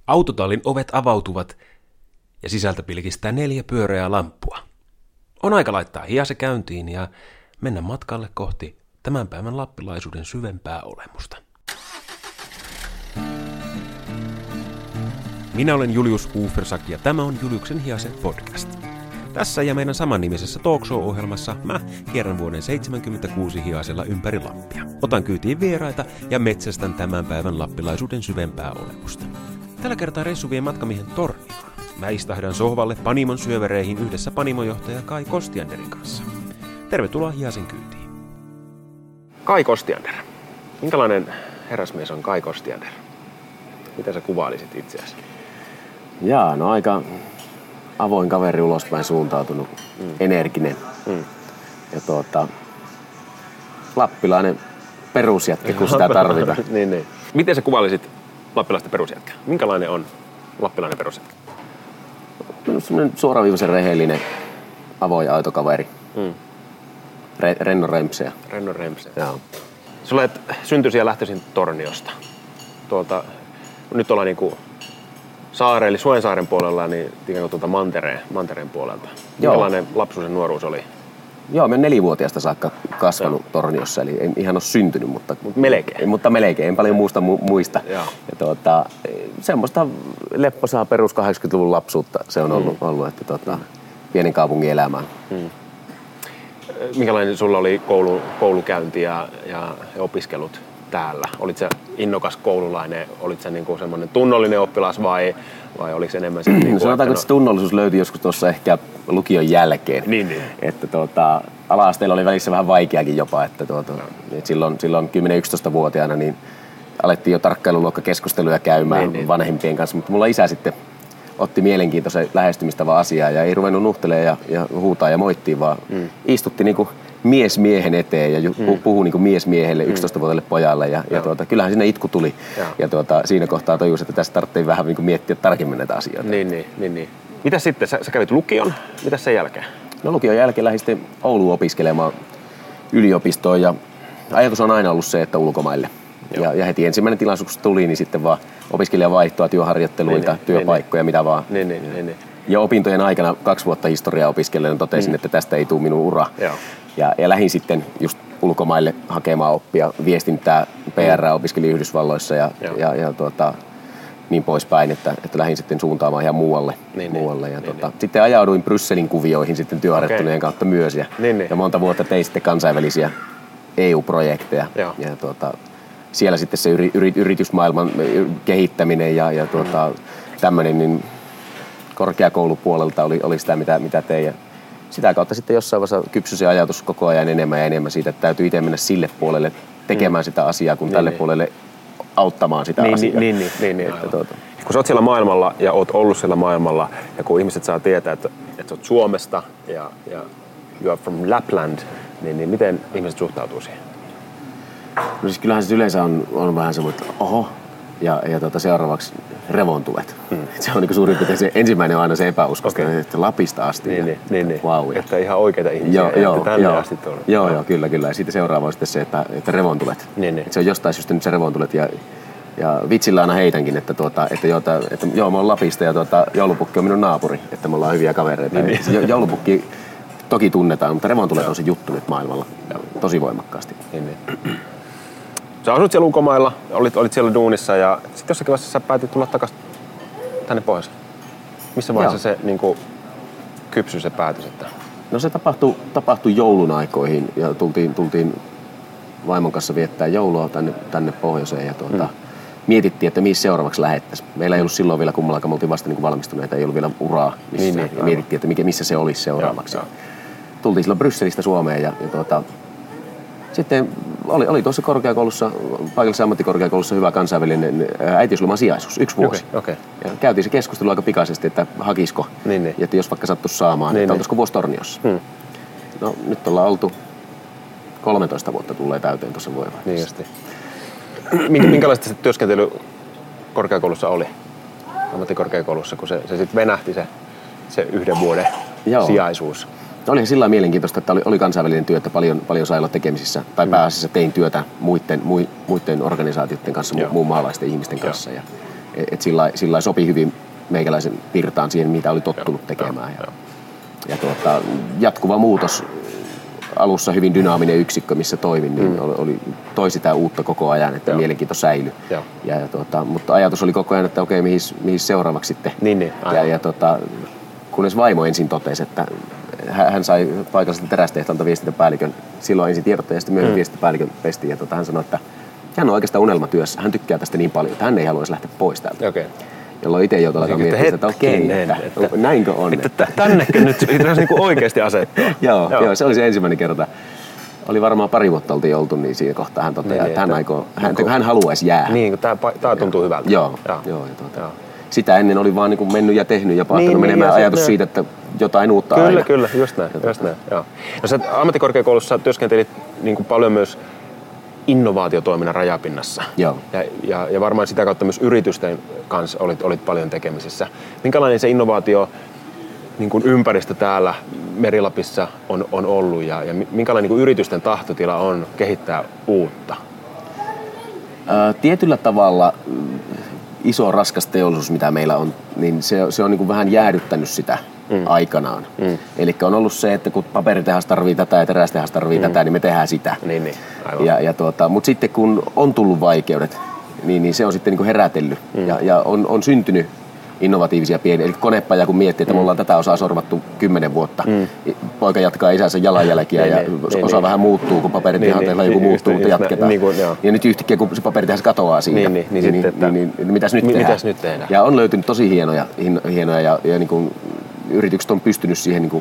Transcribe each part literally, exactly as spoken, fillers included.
Autotallin ovet avautuvat ja sisältä pilkistää neljä pyöreää lamppua. On aika laittaa hiase käyntiin ja mennä matkalle kohti tämän päivän lappilaisuuden syvempää olemusta. Minä olen Julius Ufersak ja tämä on Juliuksen hiase podcast. Tässä ja meidän samannimisessä talkshow-ohjelmassa mä kierrän vuoden seitsemänkymmentäkuusi hiasella ympäri Lappia. Otan kyytiin vieraita ja metsästän tämän päivän lappilaisuuden syvempää olemusta. Tällä kertaa reissu vie matkamiehen Tornioon. Mä istahdan sohvalle Panimon syövereihin yhdessä Panimojohtaja Kai Kostianderin kanssa. Tervetuloa hiasen kyytiin. Kai Kostiander. Minkälainen herrasmies on Kai Kostiander? Mitä sä kuvailisit itseäsi? Jaa, no aika avoin kaveri, ulospäin suuntautunut, mm. energinen. Mm. Ja tuota, lappilainen perusjätkä, kun sitä tarvitaan. niin, niin. Miten sä kuvailisit lappilaista perusjätkää? Minkälainen on lappilainen perusjätkä? No, semmoinen suoraviivaisen rehellinen, avoin autokaveri. Mm. Re, Renno Rempseä. Renno Rempseä. Joo. Sä olet syntyisin ja lähtöisin Torniosta. Tuolta, nyt ollaan niinku saare, eli Suensaaren puolella, niin ikään kuin tuolta mantereen, mantereen puolelta. Minkälainen Joo. lapsuus ja nuoruus oli? Joo, mä oon nelivuotiaasta saakka kasvanut Joo. Torniossa, eli en ihan ole syntynyt, mutta Mut melkein. Mutta melkein, en paljon muusta mu- muista. Joo. Ja tuota, semmoista lepposaa perus kahdeksankymmentäluvun lapsuutta se on ollut, mm. ollut että tuota, pienen kaupungin elämää. Mm. Minkälainen sulla oli koulu, koulukäynti ja, ja opiskelut täällä? Olit sä innokas koululainen, olit sä niinku semmoinen tunnollinen oppilas vai, vai oliko se enemmän se... Niinku, sanotaanko, että se tunnollisuus löytyi joskus tuossa ehkä lukion jälkeen. Niin, niin. Että tuota, ala-asteella oli välissä vähän vaikeakin jopa, että, tuota, että silloin, silloin kymmenen-yksitoista-vuotiaana niin alettiin jo tarkkailuluokkakeskusteluja käymään niin, niin. vanhempien kanssa, mutta mulla isä sitten otti mielenkiintoisen lähestymistavan asiaa ja ei ruvennut nuhtelemaan ja, ja huutaa ja moittiin, vaan mm. istutti niinku mies miehen eteen ja mm. puhui niinku mies miehelle, mm. yksitoistavuotiaille pojalle ja, ja tuota, kyllähän sinne itku tuli. Ja, ja tuota, siinä kohtaa tajusi, että tässä tarvitsee vähän niinku miettiä tarkemmin näitä asioita. Niin, niin, niin, niin. Mitä sitten? Sä, sä kävit lukion. Mitä sen jälkeen? No lukion jälkeen lähdin sitten Ouluun opiskelemaan yliopistoon ja ajatus on aina ollut se, että ulkomaille. Ja, ja heti ensimmäinen tilaisuus tuli, niin sitten vaan opiskelijavaihtoa, työharjoitteluita, niin, työpaikkoja, niin, mitä vaan. Niin, niin, niin, niin. Ja opintojen aikana kaksi vuotta historiaa opiskellen totesin, mm. että tästä ei tule minun ura. Joo. Ja, ja lähdin sitten just ulkomaille hakemaan oppia, viestintää, P R opiskelin Yhdysvalloissa ja, ja, ja tuota, niin poispäin, että, että lähdin sitten suuntaamaan ihan muualle. Niin, muualle. Ja niin, tuota, niin. Sitten ajauduin Brysselin kuvioihin sitten työharjoittelujen okay. kautta myös. Ja, niin, niin. ja monta vuotta tein sitten kansainvälisiä E U-projekteja. Ja, ja tuota, siellä sitten se yri, yri, yritysmaailman kehittäminen ja, ja tuota, tämmöinen niin korkeakoulupuolelta oli, oli sitä, mitä, mitä tein. Ja sitä kautta sitten jossain vaiheessa kypsyi se ajatus koko ajan enemmän ja enemmän siitä, että täytyy itse mennä sille puolelle tekemään mm. sitä asiaa, kun niin, tälle niin. puolelle auttamaan sitä niin, asiaa. Niin, niin, niin, niin, että tuota. Kun sä oot siellä maailmalla ja oot ollut siellä maailmalla ja kun ihmiset saa tietää, että, että sä oot Suomesta ja, ja you are from Lapland, niin, niin miten ihmiset suhtautuu siihen? No siis kyllähän se yleensä on, on vähän semmoinen, että oho, ja, ja tuota, seuraavaksi revontulet. Mm. Se on niin suurin piirtein se ensimmäinen on aina se epäusko, okay. että Lapista asti. Niin, ja, niin, niin, niin. Wow, ja. Että ihan oikeita ihmisiä, joo, joo, tänne joo, asti tuolla. Joo, joo, kyllä, kyllä. Ja sitten seuraava on sitten se, että, että revontulet. Niin, niin. Että se on jostain syystä nyt se revontulet. Ja, ja vitsillä aina heitänkin, että, tuota, että, joo, että joo, mä oon Lapista ja tuota, joulupukki on minun naapuri, että me ollaan hyviä kavereita. Niin, niin. Joulupukki toki tunnetaan, mutta revontulet on se juttu nyt maailmalla tosi voimakkaasti. Niin, niin. Sä asut siellä ulkomailla, olit, olit siellä duunissa ja sitten jossakin vaiheessa sä päätit tulla takaisin tänne pohjoiseen. Missä vaiheessa Joo. se niin kuin, kypsyi se päätös? Että... No se tapahtui, tapahtui joulun aikoihin ja tultiin, tultiin vaimon kanssa viettää joulua tänne, tänne pohjoiseen ja tuota, hmm. mietittiin, että missä seuraavaksi lähettäisiin. Meillä ei ollut silloin vielä kummallakaan, me oltiin vasta niin valmistuneita, ei ollut vielä uraa missään. Niin, niin, ja mietittiin, että missä se olisi seuraavaksi. Joo, tultiin silloin Brysselistä Suomeen ja, ja tuota, sitten oli, oli tuossa korkeakoulussa, paikallisessa ammattikorkeakoulussa hyvä kansainvälinen äitiysloman sijaisuus, yksi vuosi. Okay, okay. Ja käytiin se keskustelu aika pikaisesti, että hakisiko, niin, niin. että jos vaikka sattuisi saamaan, niin, että oltaisiko vuosi Torniossa. Hmm. No nyt ollaan oltu kolmetoista vuotta tulee täyteen tuossa vuodenvaihteessa. Niin minkälaista se työskentely korkeakoulussa oli, ammattikorkeakoulussa, kun se, se sitten venähti se, se yhden vuoden Joo. sijaisuus? Olihan sillä mielenkiintoista, että oli, oli kansainvälinen työ, että paljon, paljon sai olla tekemisissä. Tai mm. pääasiassa tein työtä muiden, muiden organisaatioiden kanssa, Joo. muun maalaisten ihmisten kanssa. Ja, Et sillä, sillä sopi hyvin meikäläisen pirtaan siihen, mitä oli tottunut joo, tekemään. Joo, ja ja tuota, jatkuva muutos, alussa hyvin dynaaminen yksikkö, missä toimin, niin mm. oli, oli, toi sitä uutta koko ajan, että joo. mielenkiinto säilyi. Ja, ja, tuota, mutta ajatus oli koko ajan, että okei, mihin, mihin seuraavaksi sitten. Niin, niin, ja, ja, tuota, kunnes vaimo ensin totesi, että hän sai paikalliselta terästehtaalta viestintäpäällikön, silloin ensin tiedottaja ja sitten myöhemmin mm. viestintäpäällikön pestiin. Ja tuota, hän sanoi, että hän on oikeastaan unelmatyössä, hän tykkää tästä niin paljon, että hän ei haluaisi lähteä pois täältä. Okay. Jolloin itse joutui alkaa miettiä, että okei, okay, että, että näinkö on. Että, että tännekö nyt pitäisi niinku oikeasti asettua. joo, joo. joo, se oli se ensimmäinen kerta. Oli varmaan pari vuotta oltiin oltu, niin siinä kohtaa hän toteaa, niin, että, hän, aikoo, hän, niin, hän haluaisi jäädä. Niin, tämä tuntuu hyvältä. Joo, joo. joo, ja tuota, joo. Sitä ennen oli vaan niin mennyt ja tehnyt ja pahtanut niin, menemään niin, ajatus se, siitä, että jotain uutta kyllä, aina. Kyllä, kyllä, just näin. Just näin joo. No, sä ammattikorkeakoulussa työskentelit niin kuin paljon myös innovaatiotoiminnan rajapinnassa. Joo. Ja, ja, ja varmaan sitä kautta myös yritysten kanssa olit, olit paljon tekemisissä. Minkälainen se innovaatio niin kuin ympäristö täällä Meri-Lapissa on, on ollut ja, ja minkälainen niin kuin yritysten tahtotila on kehittää uutta? Ää, tietyllä tavalla iso raskas teollisuus, mitä meillä on, niin se, se on niin kuin vähän jäädyttänyt sitä mm. aikanaan. Mm. Eli on ollut se, että kun paperitehas tarvii tätä ja terästehas tarvii mm. tätä, niin me tehdään sitä. Niin, niin. Aivan. Ja, ja tuota, mutta sitten kun on tullut vaikeudet, niin, niin se on sitten niin kuin herätellyt mm. ja, ja on, on syntynyt innovatiivisia pieniä. Eli konepaja kun miettii, että mm. me ollaan tätä osaa sorvattu kymmenen vuotta. Mm. Poika jatkaa isänsä jalanjälkiä niin, ja niin, osa niin, vähän muuttuu, kun paperitehdalla niin, joku niin, muuttuu, mutta jatketaan. Niin, kuin, ja nyt yhtäkkiä, kun se paperitehas katoaa siitä, niin, niin, niin, niin, sitten, niin, niin, niin mitäs nyt tehdään? Mitäs nyt tehdään? Ja on löytynyt tosi hienoja, hienoja ja, ja niin kuin, yritykset on pystynyt siihen niin kuin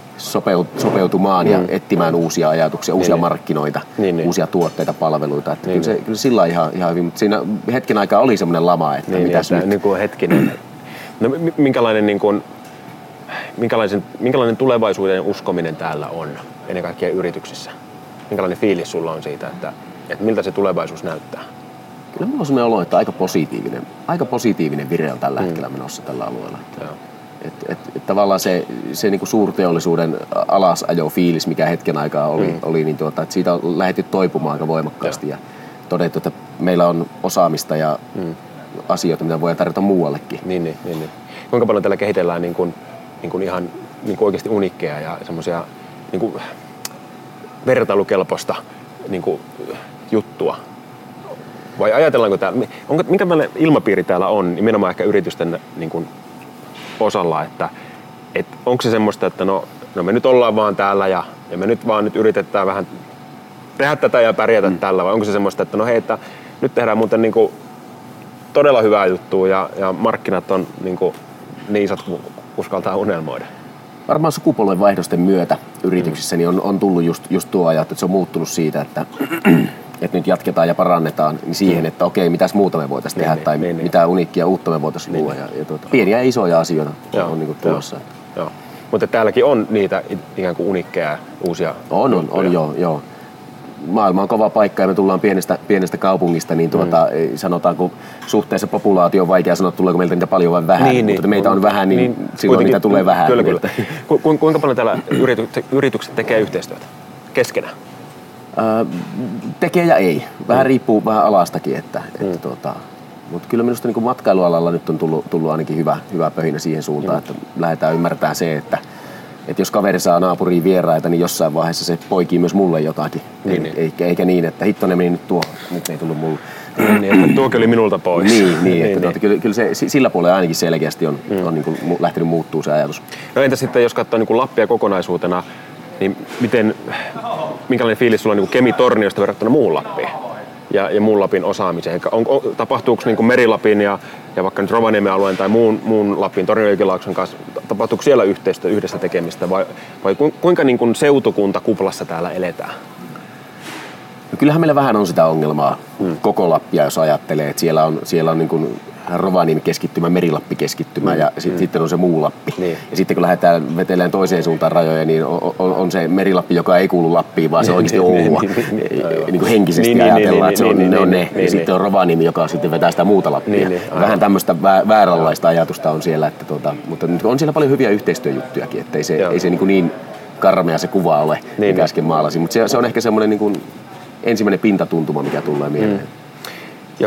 sopeutumaan mm. ja etsimään uusia ajatuksia, uusia niin, markkinoita, niin, uusia niin. tuotteita, palveluita. Että niin, kyllä, se, kyllä sillä on ihan, ihan hyvin, mutta siinä hetken aikaa oli semmoinen lama, että niin, mitäs niin, nyt? Niin kuin hetkinen. No, minkälainen, niin kuin, minkälainen, minkälainen tulevaisuuden uskominen täällä on ennen kaikkea yrityksissä? Minkälainen fiilis sulla on siitä, että, että miltä se tulevaisuus näyttää? Kyllä minulla on sellainen olo, että aika positiivinen, aika positiivinen vire on tällä mm. hetkellä menossa tällä alueella. Et, et, et tavallaan se, se niinku suurteollisuuden alasajo-fiilis, mikä hetken aikaa oli, mm. oli niin tuota, että siitä on lähdetty toipumaan aika voimakkaasti. Ja todettu, että meillä on osaamista ja mm. asioita, mitä voi tarjota muuallekin. Niin, niin, niin, niin. Kuinka paljon täällä kehitellään niin kuin, niin kuin ihan niin kuin oikeasti uniikkeja ja semmoisia niin kuin vertailukelpoista niin kuin juttua? Vai ajatellaanko täällä, onko, minkälainen ilmapiiri täällä on, nimenomaan ehkä yritysten niin kuin osalla, että, että onko se semmoista, että no, no me nyt ollaan vaan täällä ja, ja me nyt vaan nyt yritetään vähän tehdä tätä ja pärjätä mm. tällä, vai onko se semmoista, että no hei, että nyt tehdään muuten niin kuin todella hyvää juttua ja, ja markkinat on niin, kuin, niin isot kuin uskaltaa unelmoida? Varmaan sukupolvenvaihdosten myötä yrityksissä mm. niin on, on tullut just, just tuo ajatus, että se on muuttunut siitä, että, että nyt jatketaan ja parannetaan niin siihen, mm. että okei, mitäs muuta me voitaisiin tehdä niin, tai niin, mitä niin. uniikkia uutta me voitaisiin niin, luoda. Ja, ja tuota, pieniä ja isoja asioita joo, on niin kuin tulossa. Joo, joo. Mutta täälläkin on niitä ikään kuin uniikkeja uusia On, on, on joo, joo. Maailma on kova paikka ja me tullaan pienestä, pienestä kaupungista, niin tuota, mm. sanotaanko suhteessa populaatio on vaikea sanoa, tuleeko meiltä niitä paljon vai vähän, niin, mutta niin, meitä on vähän, niin, niin silloin niitä tulee vähän. Kyllä, kyllä. Ku, kuinka paljon täällä yritykset, yritykset tekee yhteistyötä keskenään? Öö, tekee ja ei. Vähän mm. riippuu vähän alastakin, että, mm. että tuota, mutta kyllä minusta niin matkailualalla nyt on tullut, tullut ainakin hyvä, hyvä pöhinä siihen suuntaan, mm. että lähdetään ymmärtämään se, että että jos kaveri saa naapuriin vieraita, niin jossain vaiheessa se poikii myös mulle jotakin. Niin, niin. Eikä, eikä niin, että hitto ne meni nyt tuo, nyt ei tullut mulle. Niin, niin että tuokin oli minulta pois. Niin, niin, niin, että niin. Kyllä, kyllä se sillä puolella ainakin selkeästi on, mm. on niin kuin lähtenyt muuttuu se ajatus. No entä sitten, jos katsoo niin kuin Lappia kokonaisuutena, niin miten, minkälainen fiilis sulla on niin kuin Kemi-Torniosta verrattuna muun Lappiin ja, ja muun Lapin osaamiseen? On, on, tapahtuuko niin kuin Meri-Lapin ja, ja vaikka nyt Rovaniemen alueen tai muun, muun Lapin Tornionjokilaakson kanssa, tapahtuuko siellä yhteistä, yhdessä tekemistä vai, vai kuinka niin kuin seutukuntakuplassa täällä eletään? No kyllähän meillä vähän on sitä ongelmaa hmm. koko Lappia, jos ajattelee, että siellä on, siellä on niin kuin Rovaniemi keskittymä, Meri-Lappi keskittymä mm. ja sit, mm. sitten on se muu Lappi. Niin. Ja sitten kun lähdetään vetelemään toiseen suuntaan rajoja, niin on, on, on se Meri-Lappi, joka ei kuulu Lappiin, vaan se on oikeasti Oulua. Niin kuin henkisesti niin, ajatellaan, että se on, niin, ne on ne. Niin, ja sitten on Rovaniemi, joka sitten vetää sitä muuta Lappia. Niin, niin, vähän tämmöistä vääränlaista ajatusta on siellä. Että tuota, mutta on siellä paljon hyviä yhteistyöjuttujakin, että ei se, ei se niin, kuin niin karmea se kuva ole, niin, mikä äsken maalasin. Mutta se, se on ehkä semmoinen niin kuin ensimmäinen pintatuntuma, mikä tulee mieleen. Mm. Jos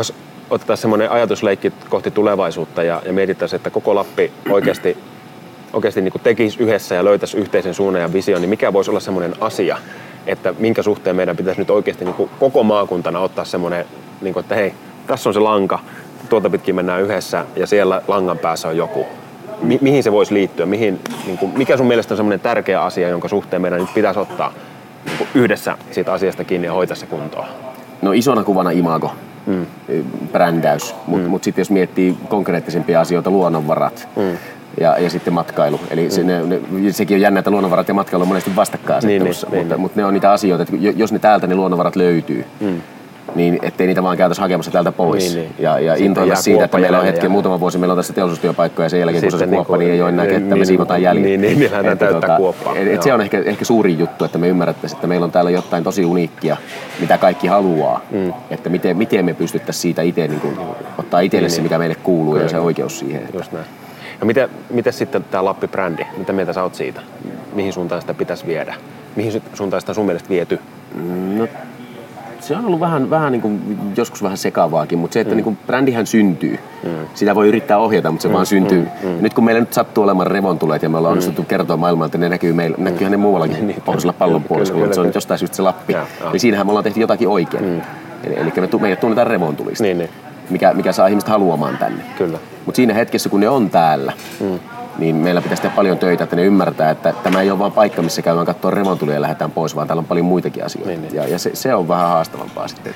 otetaan semmoinen ajatusleikki kohti tulevaisuutta ja, ja mietittäisiin, että koko Lappi oikeasti, oikeasti niin kuin tekisi yhdessä ja löytäisi yhteisen suunnan ja vision, niin mikä voisi olla semmoinen asia, että minkä suhteen meidän pitäisi nyt oikeasti niin kuin koko maakuntana ottaa semmoinen, niin kuin, että hei, tässä on se lanka, tuolta pitkin mennään yhdessä ja siellä langan päässä on joku. Mi- mihin se voisi liittyä? Mihin, niin kuin, mikä sun mielestä on semmoinen tärkeä asia, jonka suhteen meidän nyt pitäisi ottaa niin kuin yhdessä siitä asiasta kiinni ja hoitaa se kuntoon? No isona kuvana imago, mm. brändäys, mutta mm. mut sitten jos miettii konkreettisempia asioita, luonnonvarat mm. ja, ja sitten matkailu. Eli mm. se, ne, ne, sekin on jännä, että luonnonvarat ja matkailu on monesti vastakkainasettelussa, niin, mutta, niin, mutta ne on niitä asioita, että jos ne täältä ne luonnonvarat löytyy, mm. niin ettei niitä vaan käytäisi hakemassa täältä pois. Niin, niin. Ja, ja intoilla siitä, että meillä on hetken, muutama vuosi meillä on tässä teollisuustyöpaikkoja ja sen jälkeen kun se kuoppa, niin ei ole enää kettä, me siivotaan jäljellä. Niin, niin, niin lähdetään täyttää tuota, kuoppaa. Et, et se on ehkä, ehkä suurin juttu, että me ymmärrettäisiin, että meillä on täällä jotain tosi uniikkia, mitä kaikki haluaa. Mm. Että miten, miten me pystyttäisiin siitä itse niin kuin, ottaa itselle niin, se, mikä meille kuuluu kyllä. Ja se oikeus siihen. Että... Just näin. No miten, miten sitten tämä Lappi-brändi, mitä mieltä sä oot siitä? Mihin suuntaan sitä pitäisi viedä? Mihin suuntaan sitä sun mielestä viety? No, se on ollut vähän, vähän niin kuin, joskus vähän sekavaakin, mutta se, että mm. niin kuin, brändihän syntyy. Mm. Sitä voi yrittää ohjata, mutta se mm. vaan syntyy. Mm. Mm. Nyt kun meillä nyt sattuu olemaan revontuleet ja me ollaan mm. onnistuttu kertoa maailmaan, että ne näkyy meillä, mm. näkyyhän ne muuallakin niin, pohjoisella pallonpuoliskolla, mutta se on jostain syystä se Lappi. Ja, ja. Eli siinähän me ollaan tehty jotakin oikein. Mm. Eli, eli me, meidät tunnetaan revontulista, niin, niin. Mikä, mikä saa ihmiset haluamaan tänne. Mutta siinä hetkessä, kun ne on täällä, mm. niin meillä pitäisi tehdä paljon töitä, että ne ymmärtää, että tämä ei ole vain paikka, missä käydään katsoa revontulia ja lähdetään pois, vaan täällä on paljon muitakin asioita. Niin, niin. Ja, ja se, se on vähän haastavampaa sitten.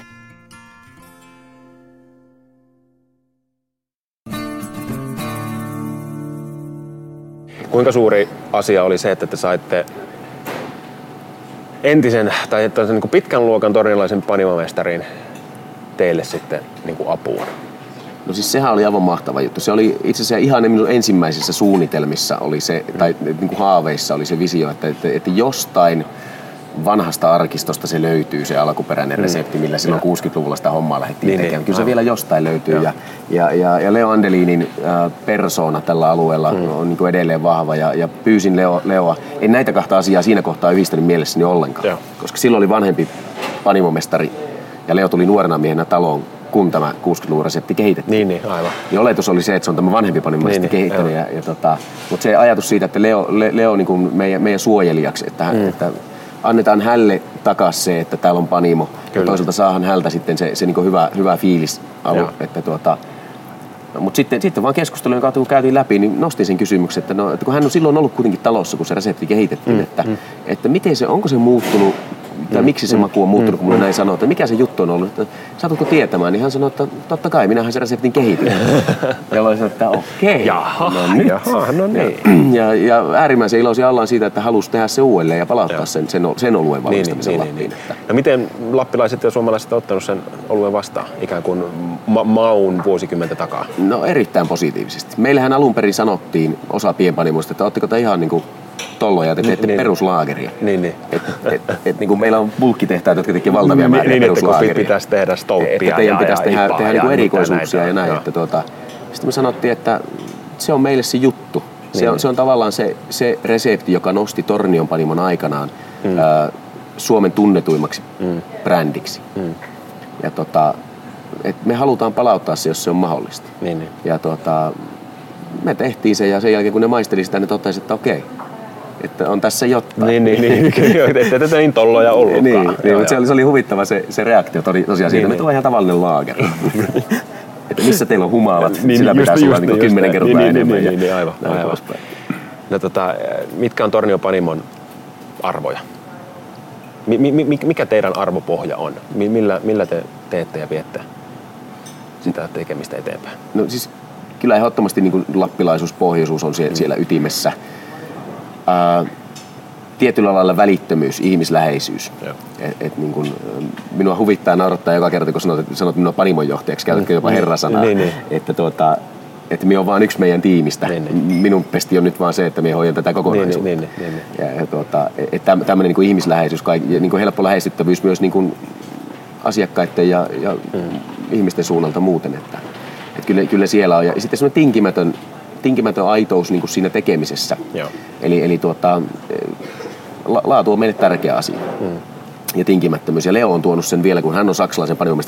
Kuinka suuri asia oli se, että te saitte entisen tai että niin kuin pitkän luokan tornilaisen panimomestarin teille sitten niin kuin apuun? No siis sehän oli aivan mahtava juttu. Se oli itse asiassa ihan ne minun ensimmäisissä suunnitelmissa oli se, tai niin kuin haaveissa oli se visio, että, että, että jostain vanhasta arkistosta se löytyy, se alkuperäinen resepti, millä silloin kuusikymmentäluvulla sitä hommaa lähdettiin niin, tekemään. Kyllä se vielä jostain löytyy. Ja, ja, ja, ja Leo Andelinin äh, persoona tällä alueella mm. on niin kuin edelleen vahva. Ja, ja pyysin Leo, Leoa, en näitä kahta asiaa siinä kohtaa yhdistänyt mielessäni ollenkaan. Ja. Koska silloin oli vanhempi panimomestari ja Leo tuli nuorena miehenä taloon, kun tämä kuusikymmentäluvun resepti kehitettiin. Niin, niin, aivan. Ja oletus oli se, että se on tämä vanhempi panimomestari niin, kehittänyt. Ja, ja tota, mutta se ajatus siitä, että Leo, Le, Leo niin kuin meidän, meidän suojelijaksi, että, mm. että annetaan hälle takaisin se, että täällä on panimo. Kyllä. Ja toisaalta saahan hältä sitten se, se niin kuin hyvä, hyvä fiilis alu. Että tuota, mutta sitten, sitten vaan keskustelun kautta, kun käytiin läpi, niin nostin sen kysymyksen, että, no, että kun hän on silloin ollut kuitenkin talossa, kun se resepti kehitettiin, mm. että, mm. että miten se, onko se muuttunut, tai mm. miksi se mm. maku on muuttunut, kun mulle näin sanoo, että mikä se juttu on ollut, että satutko tietämään, niin hän sanoi, että totta kai, minähän se reseptin kehitin. Ja olen sanonut, että okei, jaha, no nyt. Jaha, no niin. Ja, ja äärimmäisen iloisia ollaan siitä, että halusi tehdä se uudelleen ja palauttaa sen, sen, sen oluen valmistamisen niin, Lappiin. Niin, niin. Että. No miten lappilaiset ja suomalaiset ovat ottanut sen oluen vastaan, ikään kuin ma- maun vuosikymmentä takaa? No erittäin positiivisesti. Meillähän alun perin sanottiin osa pienpanimoista, että ootteko te ihan niinku tolloja, te teette niin, peruslaageria. Niin, niin. Et, et, et, niin kuin meillä on bulkkitehtaat, jotka tekee valtavia määriä niin, peruslaageria. Niin, että pitäisi tehdä stouppia että teidän ja, pitäisi ja, tehdä, ipaa, tehdä ja niin erikoisuuksia näitä, ja näin. Että tuota, sitten me sanottiin, että se on meille se juttu. Se, niin. on, se on tavallaan se, se resepti, joka nosti Tornion panimon aikanaan mm. ä, Suomen tunnetuimmaksi mm. brändiksi. Mm. Ja tota, et me halutaan palauttaa se, jos se on mahdollista. Niin, niin. Ja tota, me tehtiin se ja sen jälkeen kun ne maisteli sitä, ne totesi, että okei. Että on tässä jotain. Niin, niin, niin. Ettei tätä niin tolloja ollutkaan. Niin, niin mutta se oli, se oli huvittava se, se reaktio tosiaan niin, siitä, että niin. on ihan tavallinen laageri. Että missä teillä on humalat, niin, sillä just, pitäisi just, olla just, niin kymmenen kertaa niin, enemmän. Niin, niin, niin, aivan. aivan. No, tota, mitkä on Tornion Panimon arvoja? Mi, mi, mikä teidän arvopohja on? Millä, millä te teette ja viette sitä tekemistä eteenpäin? No siis kyllä ehdottomasti niin kuin lappilaisuus, pohjoisuus on siellä, mm. siellä ytimessä. Uh, tietyllä lailla välittömyys, ihmisläheisyys. Et, et, niin kun, minua huvittaa naurattaa joka kerta, kun sanot, sanot minua panimonjohtajaksi, käytätkö jopa herrasanaa. Niin, niin. Että, tuota, että minä olen vain yksi meidän tiimistä. Niin, niin. Minun pesti on nyt vaan se, että minä hoidan tätä kokonaisuutta. Niin, niin, niin, niin. Ja, ja, tuota, että tämmöinen niin kuin ihmisläheisyys ja niin kuin helppo lähestyttävyys myös niin kuin asiakkaiden ja, ja mm. ihmisten suunnalta muuten. Että, että kyllä, kyllä siellä on. Ja sitten semmoinen tinkimätön tinkimätön aitous niin kuin siinä tekemisessä. Joo. Eli, eli tuota, la, laatu on meille tärkeä asia. Mm. Ja tinkimättömyys. Ja Leo on tuonut sen vielä, kun hän on saksalaisen panimomestarin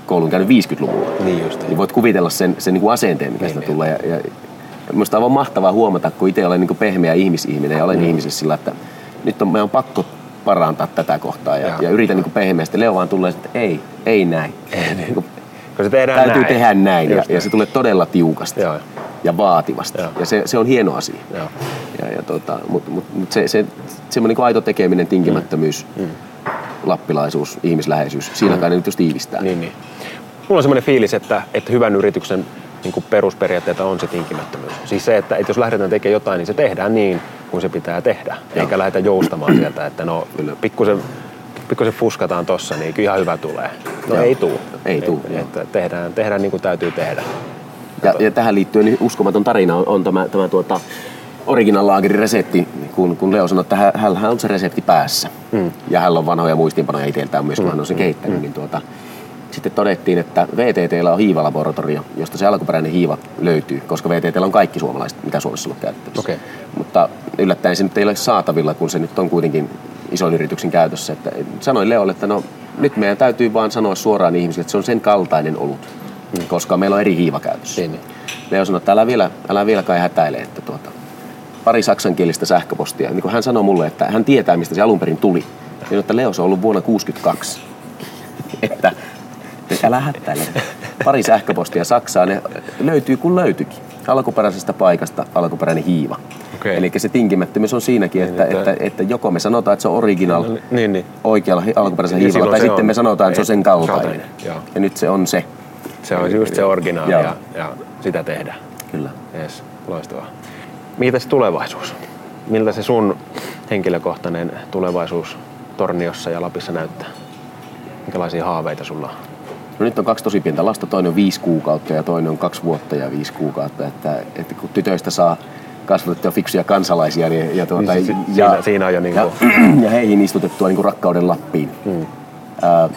koulun käynyt viisikymmentäluvulla. Niin just. Niin voit kuvitella sen, sen niin kuin asenteen, mikä niin, sitä niin. tulee. Ja, ja minusta on aivan mahtavaa huomata, kun itse olen niin kuin pehmeä ihmisihminen ja olen mm. ihmisessä sillä, että nyt on, meidän on pakko parantaa tätä kohtaa. Ja, ja yritän niin kuin pehmeästi. Leo vaan tulee, että ei, ei näin. Ei, niin. Kun se tehdään täytyy näin. tehdä näin ja, ja se tulee todella tiukasti. Joo. Ja vaativasti. Joo. Ja se, se on hieno asia. Joo. Ja, ja tota, mutta mut, mut se, se, semmoinen niin aito tekeminen, tinkimättömyys, mm. Mm. lappilaisuus, ihmisläheisyys, siinä kai mm. ne nyt just tiivistää. Niin, niin. Mulla on semmoinen fiilis, että, että hyvän yrityksen niin kuin perusperiaatteita on se tinkimättömyys. Siis se, että, että jos lähdetään tekemään jotain, niin se tehdään niin, kuin se pitää tehdä. Joo. Eikä lähdetä joustamaan sieltä, että no pikkusen, pikkusen fuskataan tossa, niin kyllä ihan hyvä tulee. No Joo. ei tuu. Ei tuu. Et, että tehdään, tehdään niin kuin täytyy tehdä. Ja, ja tähän liittyen niin uskomaton tarina on, on tämä, tämä tuota, Original Lagerin resepti, kun, kun Leo sanoi, että hänellä on se resepti päässä. Mm. Ja hänellä on vanhoja muistiinpanoja itseltään myös, kun mm. hän on se kehittänyt. Mm. Niin tuota, sitten todettiin, että V T T:llä on hiivalaboratorio, josta se alkuperäinen hiiva löytyy, koska V T T:llä on kaikki suomalaiset, mitä Suomessa on käytettävissä. Okay. Mutta yllättäen se nyt ei ole saatavilla, kun se nyt on kuitenkin ison yrityksen käytössä. Että sanoin Leolle, että no, nyt meidän täytyy vaan sanoa suoraan ihmisille, että se on sen kaltainen olut, mm. koska meillä on eri hiiva käytössä. Niin. Leo sanoi, että älä vielä, älä vielä kai hätäile, että tuota, pari saksankielistä sähköpostia. Niin kun hän sanoi mulle, että hän tietää, mistä se alun perin tuli. Niin, että Leo se on ollut vuonna kuusikymmentäkaksi. että älä hätäile. Pari sähköpostia Saksaan, ne löytyy kun löytyikin. Alkuperäisestä paikasta alkuperäinen hiiva. Okay. Eli se tinkimättömyys on siinäkin, että, niin, että, että, että joko me sanotaan, että se on original no, niin, niin. oikealla alkuperäisellä hiivalla, tai sitten on, me sanotaan, että se on sen kaltainen. Ja nyt se on se. Se on just se originaali ja, ja sitä tehdään. Kyllä. Yes, loistavaa. Mitäs tulevaisuus? Miltä se sun henkilökohtainen tulevaisuus Torniossa ja Lapissa näyttää? Minkälaisia haaveita sulla on? No nyt on kaksi tosi pientä lasta, toinen on viisi kuukautta ja toinen on kaksi vuotta ja viisi kuukautta. Että, että kun tytöistä saa kasvatettua fiksuja kansalaisia niin, ja, tuota, niin, si- ja, siinä, siinä on jo niin kuin... ja, ja heihin istutettua niin kuin rakkauden Lappiin. Hmm. Äh,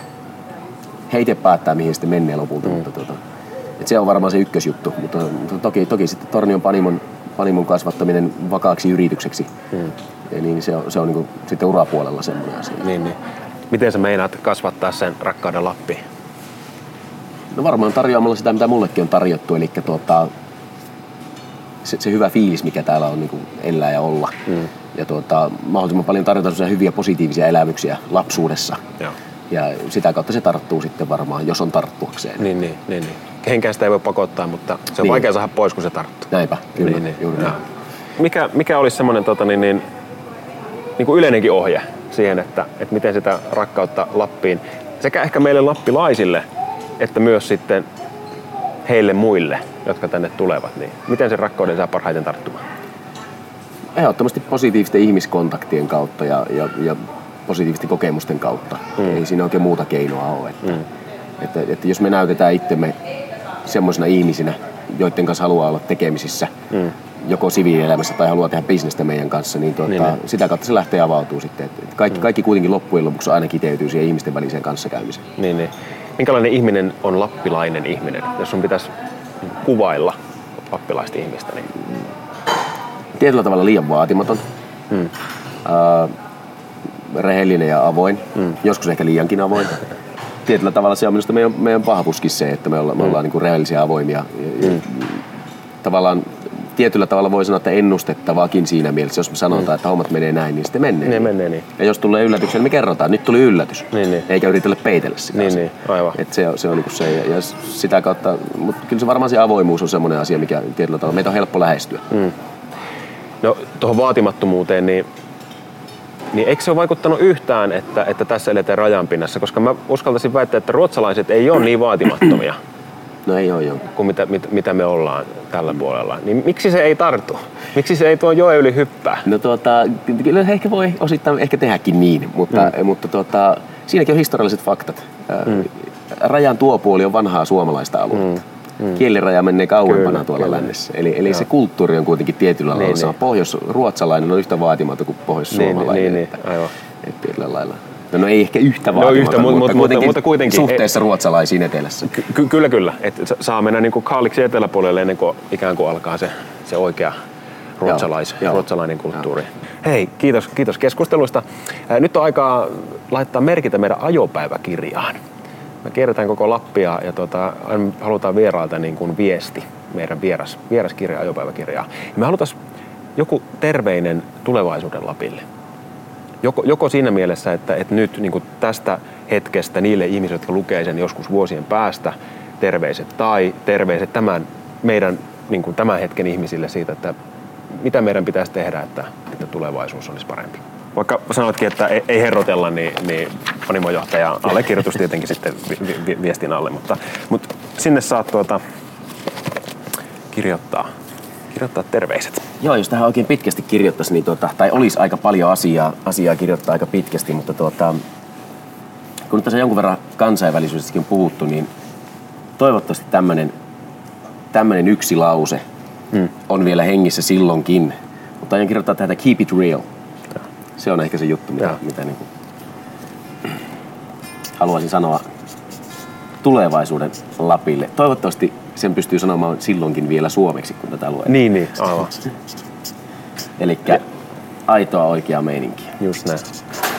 he itse päättää, mihin sitten menee lopulta. Hmm. Mutta, tuota, että se on varmaan se ykkösjuttu, mutta, mutta toki, toki sitten Tornion panimon, panimon kasvattaminen vakaaksi yritykseksi, hmm. niin se on, se on niin kuin sitten urapuolella semmoinen asia. Niin, niin. Miten sä meinaat kasvattaa sen rakkauden Lappiin? No varmaan tarjoamalla sitä, mitä mullekin on tarjottu, eli tuota, se, se hyvä fiilis, mikä täällä on niin kuin elää ja olla. Mm. Ja tuota, mahdollisimman paljon tarjota hyviä positiivisia elämyksiä lapsuudessa. Joo. Ja sitä kautta se tarttuu sitten varmaan, jos on tarttuakseen. Niin, niin, niin. niin. Kehenkään sitä ei voi pakottaa, mutta se on niin. vaikea saada pois, kun se tarttuu. Näinpä, kyllä. Niin, niin. Juuri näin. Mikä, mikä olisi semmoinen tota, niin, niin, niin kuin yleinenkin ohje siihen, että, että miten sitä rakkautta Lappiin, sekä ehkä meille lappilaisille, että myös sitten heille muille, jotka tänne tulevat, niin miten sen rakkauden saa parhaiten tarttumaan? Ehdottomasti positiivisten ihmiskontaktien kautta ja, ja, ja positiivisten kokemusten kautta. Mm. Ei siinä oikein muuta keinoa ole. Että, mm. että, että, että jos me näytetään itsemme semmoisina ihmisinä, joiden kanssa haluaa olla tekemisissä, mm. joko siviilielämässä tai haluaa tehdä bisnestä meidän kanssa, niin, tuota, niin sitä kautta se lähtee avautuu sitten. Että kaikki, mm. kaikki kuitenkin loppujen lopuksi aina kiteytyy siihen ihmisten väliseen kanssakäymiseen. Niin, niin. Minkälainen ihminen on lappilainen ihminen, jos sun pitäisi kuvailla lappilaista ihmistä? Niin... Tietyllä tavalla liian vaatimaton, mm. äh, rehellinen ja avoin, mm. joskus ehkä liiankin avoin. Tietyllä tavalla se on minusta meidän, meidän vahvuuskin se, että me ollaan, mm. me ollaan niin kuin rehellisiä ja avoimia. Ja, mm. tavallaan tietyllä tavalla voi sanoa, että ennustettavaakin siinä mielessä. Jos me sanotaan, mm. että hommat menee näin, niin sitten menee. Ne niin. menee niin. Ja jos tulee yllätyksen, niin me kerrotaan, nyt tuli yllätys. Niin, niin. Eikä yritellä peitellä sitä. Niin, niin. Aivan. Et se, se on niin kuin se. Ja, ja sitä kautta, mutta kyllä se varmaan se avoimuus on semmoinen asia, mikä tietyllä tavalla meitä on helppo lähestyä. Mm. No tuohon vaatimattomuuteen, niin, niin eikö se ole vaikuttanut yhtään, että, että tässä eletään rajanpinnassa? Koska mä uskaltaisin väittää, että ruotsalaiset ei ole niin vaatimattomia. No ei ole, joo. Kuin mitä, mit, mitä me ollaan tällä puolella. Niin miksi se ei tartu? Miksi se ei tuo joen yli hyppää? No tuota, kyllä ehkä voi osittain ehkä tehdäkin niin, mutta, mm. mutta tuota, siinäkin on historialliset faktat. Mm. Rajan tuo puoli on vanhaa suomalaista aluetta. Mm. Mm. Kieliraja menee kauempana kyllä, tuolla kyllä. lännessä. Eli, eli se kulttuuri on kuitenkin tietyllä niin, lailla. Niin. Pohjois-ruotsalainen on yhtä vaatimaton kuin pohjois-suomalainen. Niin, niin, niin. Aivan. Että tietyllä lailla. No, no ei ehkä yhtä vaatimaton, no yhtä, mutta, mutta, kuitenkin mutta kuitenkin suhteessa ei, ruotsalaisiin etelässä. Ky- kyllä, kyllä. Et saa mennä niin kuin kaaliksi eteläpuolelle ennen kuin ikään kuin alkaa se, se oikea ruotsalais, joo, ruotsalainen joo, kulttuuri. Joo. Hei, kiitos, kiitos keskustelusta. Nyt on aikaa laittaa merkitä meidän ajopäiväkirjaan. Me kierretään koko Lappia ja tota, halutaan vierailta niin kuin viesti, meidän vieras, vieraskirja, ajopäiväkirjaa. Ja me halutaan joku terveinen tulevaisuuden Lapille. Joko, joko siinä mielessä, että, että nyt niin kuin tästä hetkestä niille ihmisille, jotka lukee sen joskus vuosien päästä, terveiset, tai terveiset tämän meidän niin kuin tämän hetken ihmisille siitä, että mitä meidän pitäisi tehdä, että, että tulevaisuus olisi parempi. Vaikka sanoitkin, että ei, ei herrotella, niin, niin panimojohtaja allekirjoitus tietenkin sitten vi, vi, viestin alle, mutta, mutta sinne saat tuota, kirjoittaa, kirjoittaa terveiset. Joo, jos tähän oikein pitkästi kirjoittaisi, niin tuota, tai olisi aika paljon asiaa, asiaa kirjoittaa aika pitkästi, mutta tuota, kun nyt tässä jonkun verran kansainvälisyydestäkin on puhuttu, niin toivottavasti tämmöinen tämmöinen yksi lause hmm. on vielä hengissä silloinkin, mutta aion kirjoittaa tätä keep it real. Ja. Se on ehkä se juttu, mitä, mitä niin kuin haluaisin sanoa tulevaisuuden Lapille. Toivottavasti sen pystyy sanomaan silloinkin vielä suomeksi, kun tätä luen. Niin, niin, aivan. Elikkä aitoa oikeaa meininkiä. Just näin.